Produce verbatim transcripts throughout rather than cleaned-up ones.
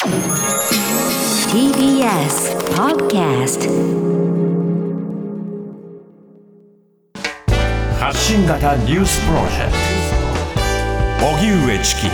ティービーエス Podcast 発信型ニュースプロジェクト荻上チキ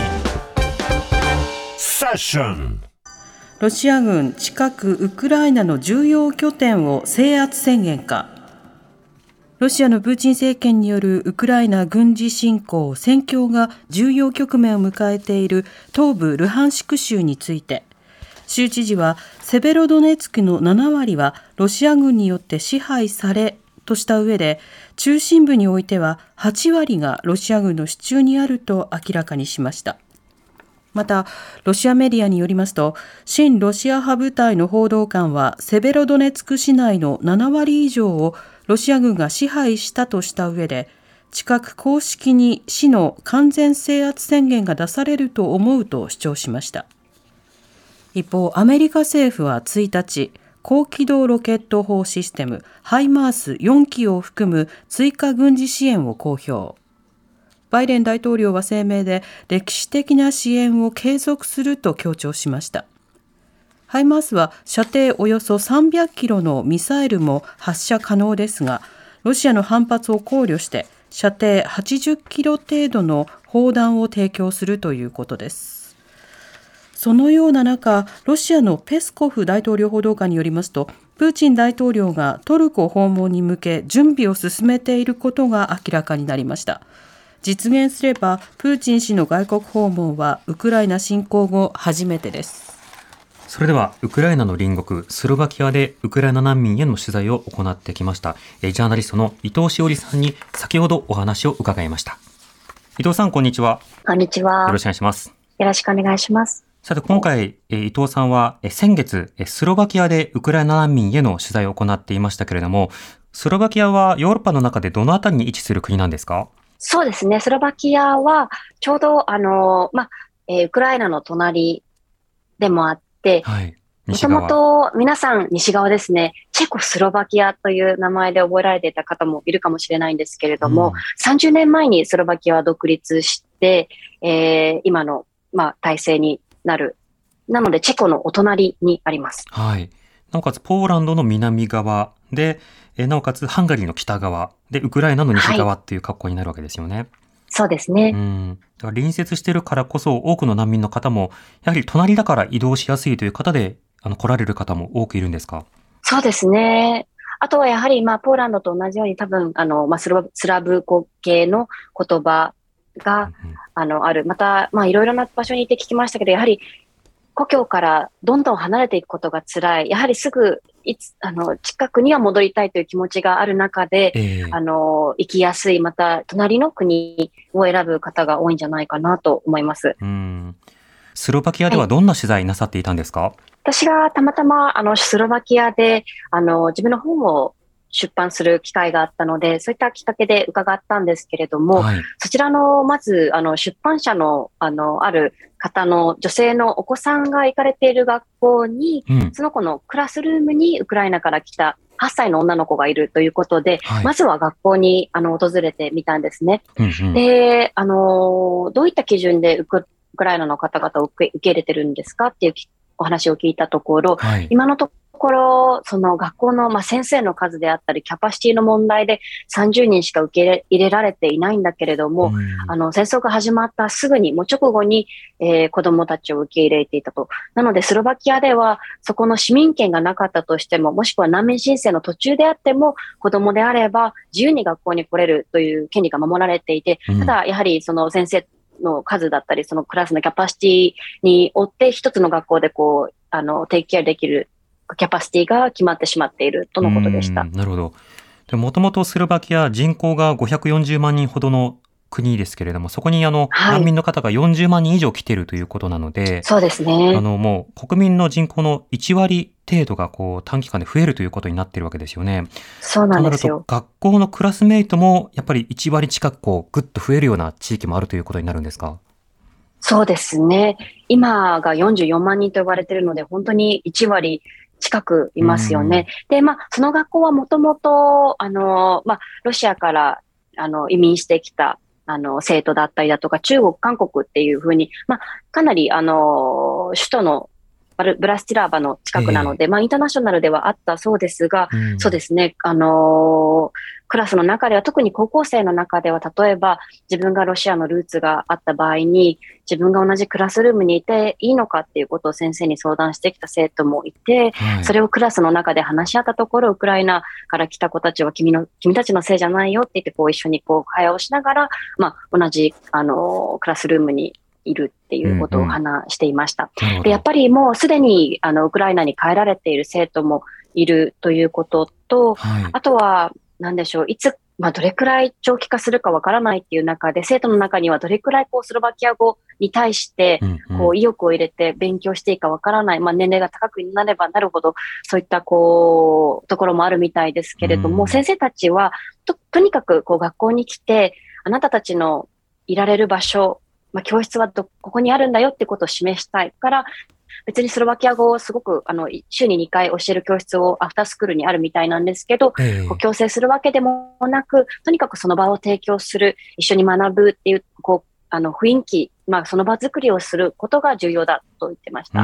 セッション。 ロシア軍近くウクライナの重要拠点を制圧宣言か。ロシアのプーチン政権によるウクライナ軍事侵攻、戦況が重要局面を迎えている東部ルハンシク州について、州知事はセベロドネツクのななわりはロシア軍によって支配されとした上で、中心部においてははちわりがロシア軍の手中にあると明らかにしました。また、ロシアメディアによりますと、親ロシア派部隊の報道官はセベロドネツク市内のななわり以上をロシア軍が支配したとした上で、近く公式に市の完全制圧宣言が出されると思うと主張しました。一方、アメリカ政府はついたち、高機動ロケット砲システムハイマースよんきを含む追加軍事支援を公表。バイデン大統領は声明で歴史的な支援を継続すると強調しました。ハイマースは射程およそさんびゃくキロのミサイルも発射可能ですが、ロシアの反発を考慮して射程はちじゅっキロ程度の砲弾を提供するということです。そのような中、ロシアのペスコフ大統領報道官によりますと、プーチン大統領がトルコ訪問に向け準備を進めていることが明らかになりました。実現すれば、プーチン氏の外国訪問はウクライナ侵攻後初めてです。 それでは、ウクライナの隣国スロバキアでウクライナ難民への取材を行ってきましたジャーナリストの伊藤詩織さんに先ほどお話を伺いました。伊藤さん、こんにちは。 こんにちは。 よろしくお願いします。 よろしくお願いします。 さて、今回伊藤さんは先月スロバキアでウクライナ難民への取材を行っていましたけれども、スロバキアはヨーロッパの中でどのあたりに位置する国なんですか？ そうですね。スロバキアはちょうどあの、まえー、ウクライナの隣でもあって、はい、もともと皆さん西側ですね、チェコスロバキアという名前で覚えられていた方もいるかもしれないんですけれども、うん、さんじゅうねんまえにスロバキアは独立して、えー、今の、まあ、体制になる。なので、チェコのお隣にあります。 はい。なおかつ、ポーランドの南側で、えなおかつ、ハンガリーの北側で、ウクライナの西側っていう格好になるわけですよね。はい、 そうですね。 うん。だから隣接しているからこそ、多くの難民の方も、やはり隣だから移動しやすいという方で、あの、来られる方も多くいるんですか？ そうですね。あとはやはり、まあ、ポーランドと同じように多分、あの、まあ、スラブ、スラブ語系の言葉が、うんうん、あの、ある。また、まあ、いろいろな場所に行って聞きましたけど、やはり、故郷からどんどん離れていくことが辛い。やはりすぐいつあの近くには戻りたいという気持ちがある中で、えー、あの行きやすい、また隣の国を選ぶ方が多いんじゃないかなと思います。 うん。スロバキアではどんな取材なさっていたんですか？はい、 私がたまたまあのスロバキアであの自分の本を出版する機会があったので、そういったきっかけで伺ったんですけれども、はい、そちらのまずあの出版社のあのある方の女性のお子さんが行かれている学校に、うん、その子のクラスルームにウクライナから来たはっさいの女の子がいるということで、はい、まずは学校にあの訪れてみたんですね。うんうん、で、あのどういった基準でウク、ウクライナの方々を受け、受け入れてるんですかっていうお話を聞いたところ、はい、今のところところ、その学校の、まあ、先生の数であったり、キャパシティの問題でさんじゅうにんしか受け入れられていないんだけれども、うん、あの、戦争が始まったすぐに、もう直後に、えー、子供たちを受け入れていたと。なので、スロバキアでは、そこの市民権がなかったとしても、もしくは難民申請の途中であっても、子供であれば、自由に学校に来れるという権利が守られていて、ただ、やはり、その先生の数だったり、そのクラスのキャパシティによって、一つの学校でこう、あの、テイクケアできる、キャパシティが決まってしまっているとのことでした。 なるほど。で、もともとスロバキア人口がごひゃくよんじゅうまんにんほどの国ですけれども、そこにあの、はい、難民の方がよんじゅうまんにん以上来ているということなので、 そうですね。 あの、もう国民の人口のいちわり程度がこう短期間で増えるということになっているわけですよね。 そうなんですよ。 となると、学校のクラスメイトもやっぱりいちわり近くこうぐっと増えるような地域もあるということになるんですか？ そうですね。今がよんじゅうよんまんにんと呼ばれているので、本当にいちわり近くいますよね。で、まあ、その学校はもともと、あの、まあ、ロシアから、あの、移民してきた、あの、生徒だったりだとか、中国、韓国っていうふうに、まあ、かなり、あの、首都のバルブラスティラーバの近くなので、えー、まあインターナショナルではあったそうですが、うん、そうですね、あのー、クラスの中では特に高校生の中では例えば自分がロシアのルーツがあった場合に自分が同じクラスルームにいていいのかっていうことを先生に相談してきた生徒もいて、はい、それをクラスの中で話し合ったところウクライナから来た子たちは君の君たちのせいじゃないよって言ってこう一緒にこう会話をしながら、まあ、同じあのクラスルームにいるっていうことを話していました。うんうん、でやっぱりもうすでにあのウクライナに帰られている生徒もいるということと、はい、あとはなんでしょう、いつ、まあ、どれくらい長期化するかわからないっていう中で、生徒の中にはどれくらいこうスロバキア語に対して、こう意欲を入れて勉強していいかわからない、まあ、年齢が高くなればなるほど、そういったこう、ところもあるみたいですけれども、うん、先生たちは、と、とにかくこう学校に来て、あなたたちのいられる場所、まあ、教室はど、ここにあるんだよってことを示したいから、別にスロバキア語をすごくあの週ににかい教える教室をアフタースクールにあるみたいなんですけど、えー、こう強制するわけでもなく、とにかくその場を提供する、一緒に学ぶっていうこうあの雰囲気、まあ、その場作りをすることが重要だと言ってました。 うん、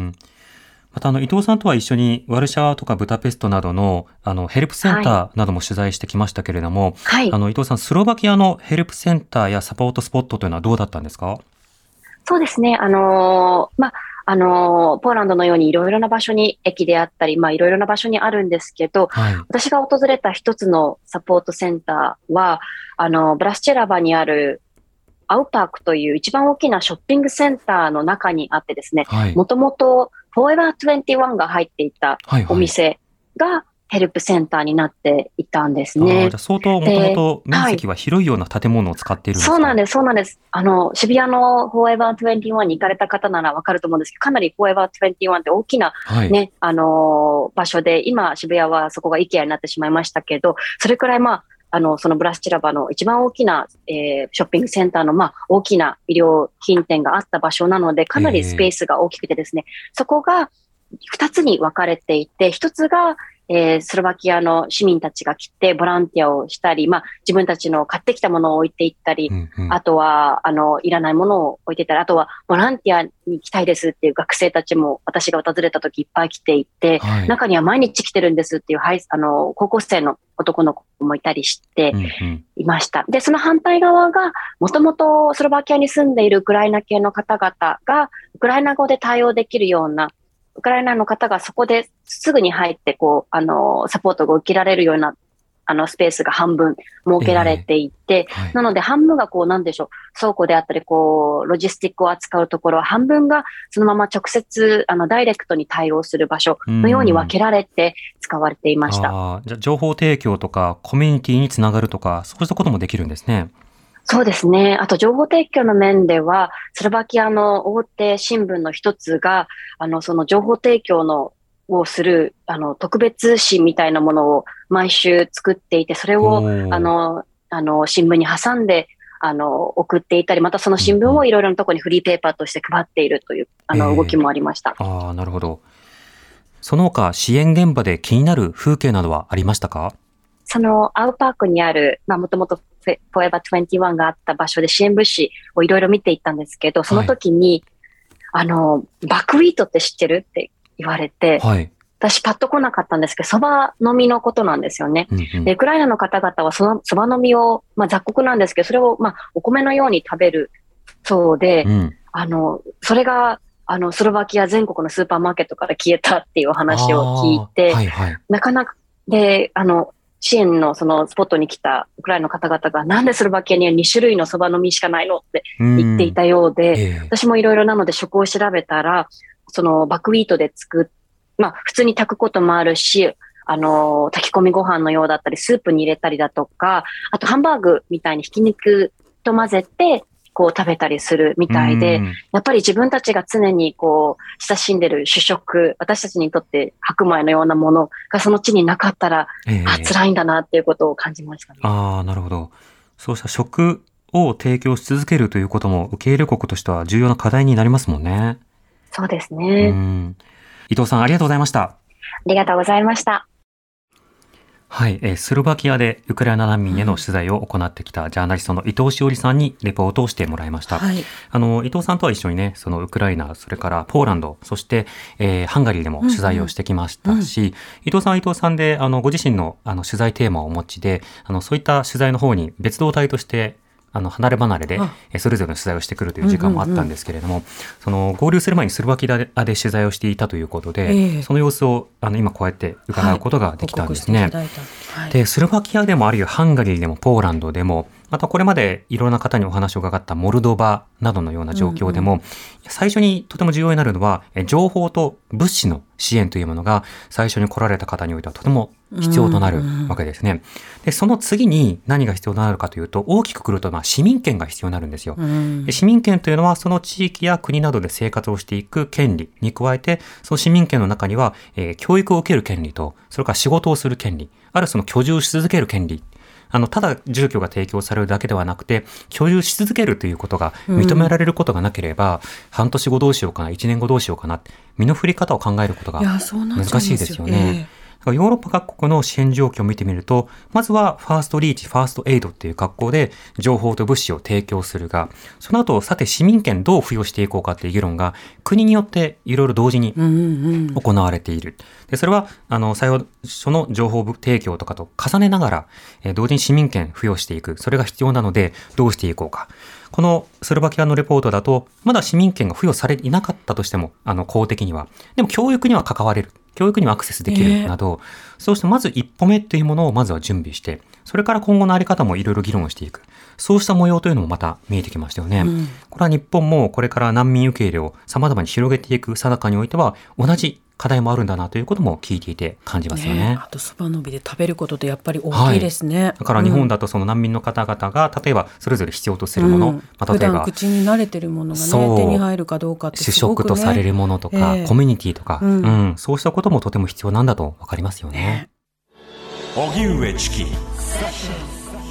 またあの伊藤さんとは一緒にワルシャワとかブダペストなどのあのヘルプセンターなども取材してきましたけれども、はい、あの伊藤さん、スロバキアのヘルプセンターやサポートスポットというのはどうだったんですか？ そうですね、あのー、まああの、ポーランドのようにいろいろな場所に駅であったり、まあいろいろな場所にあるんですけど、はい、私が訪れた一つのサポートセンターは、あの、ブラスチェラバにあるアウパークという一番大きなショッピングセンターの中にあってですね、もともとフォーエバーにじゅういちが入っていたお店がヘルプセンターになっていたんですね。 あ、じゃ相当もともと面積は広いような建物を使っているんですか？ そうなんです、そうなんです。あの、渋谷のフォーエバーにじゅういちに行かれた方ならわかると思うんですけど、かなりフォーエバーにじゅういちって大きなね、はい、あの、場所で、今渋谷はそこが イケア になってしまいましたけど、それくらいまあ、あの、そのブラスチラバの一番大きな、えー、ショッピングセンターの、まあ、大きな衣料品店があった場所なので、かなりスペースが大きくてですね、えー、そこが二つに分かれていて、一つが、えー、スロバキアの市民たちが来てボランティアをしたり、まあ、自分たちの買ってきたものを置いていったり、うんうん、あとは、あの、いらないものを置いていったり、あとは、ボランティアに行きたいですっていう学生たちも私が訪れた時いっぱい来ていて、はい、中には毎日来てるんですっていう、はい、あの、高校生の男の子もいたりしていました。うんうん、で、その反対側が、もともとスロバキアに住んでいるウクライナ系の方々が、ウクライナ語で対応できるような、ウクライナの方がそこですぐに入って、こう、あの、サポートが受けられるような、あの、スペースが半分設けられていて、えーはい、なので半分がこう、なんでしょう、倉庫であったり、こう、ロジスティックを扱うところは、半分がそのまま直接、あの、ダイレクトに対応する場所のように分けられて使われていました。 あ、じゃあ情報提供とか、コミュニティにつながるとか、そうしたこともできるんですね。 そうですね。あと、情報提供の面では、スロバキアの大手新聞の一つが、あの、その情報提供のをする、あの、特別紙みたいなものを毎週作っていて、それを、あの、あの、新聞に挟んで、あの、送っていたり、またその新聞をいろいろなところにフリーペーパーとして配っているという、あの、動きもありました。 えー、ああ、なるほど。その他、支援現場で気になる風景などはありましたか？ そのアウパークにある、まあもともとフォーエバーにじゅういちがあった場所で支援物資をいろいろ見ていったんですけど、その時に、はい、あの、バクウィートって知ってるって言われて、はい、私パッと来なかったんですけど、蕎麦の実のことなんですよね。うんうん、でウクライナの方々はその蕎麦の実を、まあ雑穀なんですけど、それをまあお米のように食べるそうで、うん、あの、それが、あの、スロバキア全国のスーパーマーケットから消えたっていうお話を聞いて、はいはい、なかなか、で、あの、支援のそのスポットに来たウクライナの方々がなんでスロバキアにはに種類のそばの実しかないのって言っていたようで、えー、私もいろいろなので食を調べたら、そのバクウィートで作っ、まあ普通に炊くこともあるし、あの、炊き込みご飯のようだったり、スープに入れたりだとか、あとハンバーグみたいにひき肉と混ぜて、こう食べたりするみたいで、やっぱり自分たちが常にこう親しんでる主食、私たちにとって白米のようなものがその地になかったら、えー、あ、辛いんだなっていうことを感じましたね。 ああ、なるほど。そうした食を提供し続けるということも受け入れ国としては重要な課題になりますもんね。 そうですね。 うん、伊藤さん、ありがとうございました。 ありがとうございました。 はい、えー、スロバキアでウクライナ難民への取材を行ってきたジャーナリストの伊藤詩織さんにレポートをしてもらいました。はい、あの伊藤さんとは一緒にね、そのウクライナ、それからポーランド、そして、えー、ハンガリーでも取材をしてきましたし、うんうん、伊藤さんは伊藤さんであのご自身のあの取材テーマをお持ちで、あのそういった取材の方に別動隊としてあの離れ離れでそれぞれの取材をしてくるという時間もあったんですけれども、うんうんうん、その合流する前にスロバキアで取材をしていたということで、えー、その様子をあの今こうやって伺うことができたんですね。はい、はい、でスロバキアでもあるいはハンガリーでもポーランドでも、またこれまでいろんな方にお話を伺ったモルドバなどのような状況でも、うんうん、最初にとても重要になるのは情報と物資の支援というものが最初に来られた方においてはとても必要となるわけですね。でその次に何が必要となるかというと、大きくくるとまあ市民権が必要になるんですよ。で市民権というのはその地域や国などで生活をしていく権利に加えて、その市民権の中には、えー、教育を受ける権利と、それから仕事をする権利、あるいはその居住し続ける権利、あのただ住居が提供されるだけではなくて居住し続けるということが認められることがなければ、うん、半年後どうしようかな、いちねんごどうしようかな、身の振り方を考えることが難しいですよね。ヨーロッパ各国の支援状況を見てみると、まずはファーストリーチ、ファーストエイドっていう格好で情報と物資を提供するが、その後さて市民権どう付与していこうかっていう議論が国によっていろいろ同時に行われている。でそれはあの最初の情報提供とかと重ねながら、えー、同時に市民権付与していく、それが必要なのでどうしていこうか。このスロバキアのレポートだと、まだ市民権が付与されていなかったとしても、あの公的にはでも教育には関われる、教育にはアクセスできるなど、えー、そうしてまず一歩目っていうものをまずは準備して、それから今後のあり方もいろいろ議論をしていく、そうした模様というのもまた見えてきましたよね。うん、これは日本もこれから難民受け入れを様々に広げていく最中においては同じ課題もあるんだなということも聞いていて感じますよね。ね、 あとそばのびで食べることってやっぱり大きいですね。はい、 だから日本だとその難民の方々が例えばそれぞれ必要とするもの、うんまあ、例えば普段口に慣れてるものが、ね、手に入るかどうかってすごく、ね、 主食とされるものとか、えー、コミュニティとか、うんうん、そうしたこともとても必要なんだと分かりますよね。 荻上チキ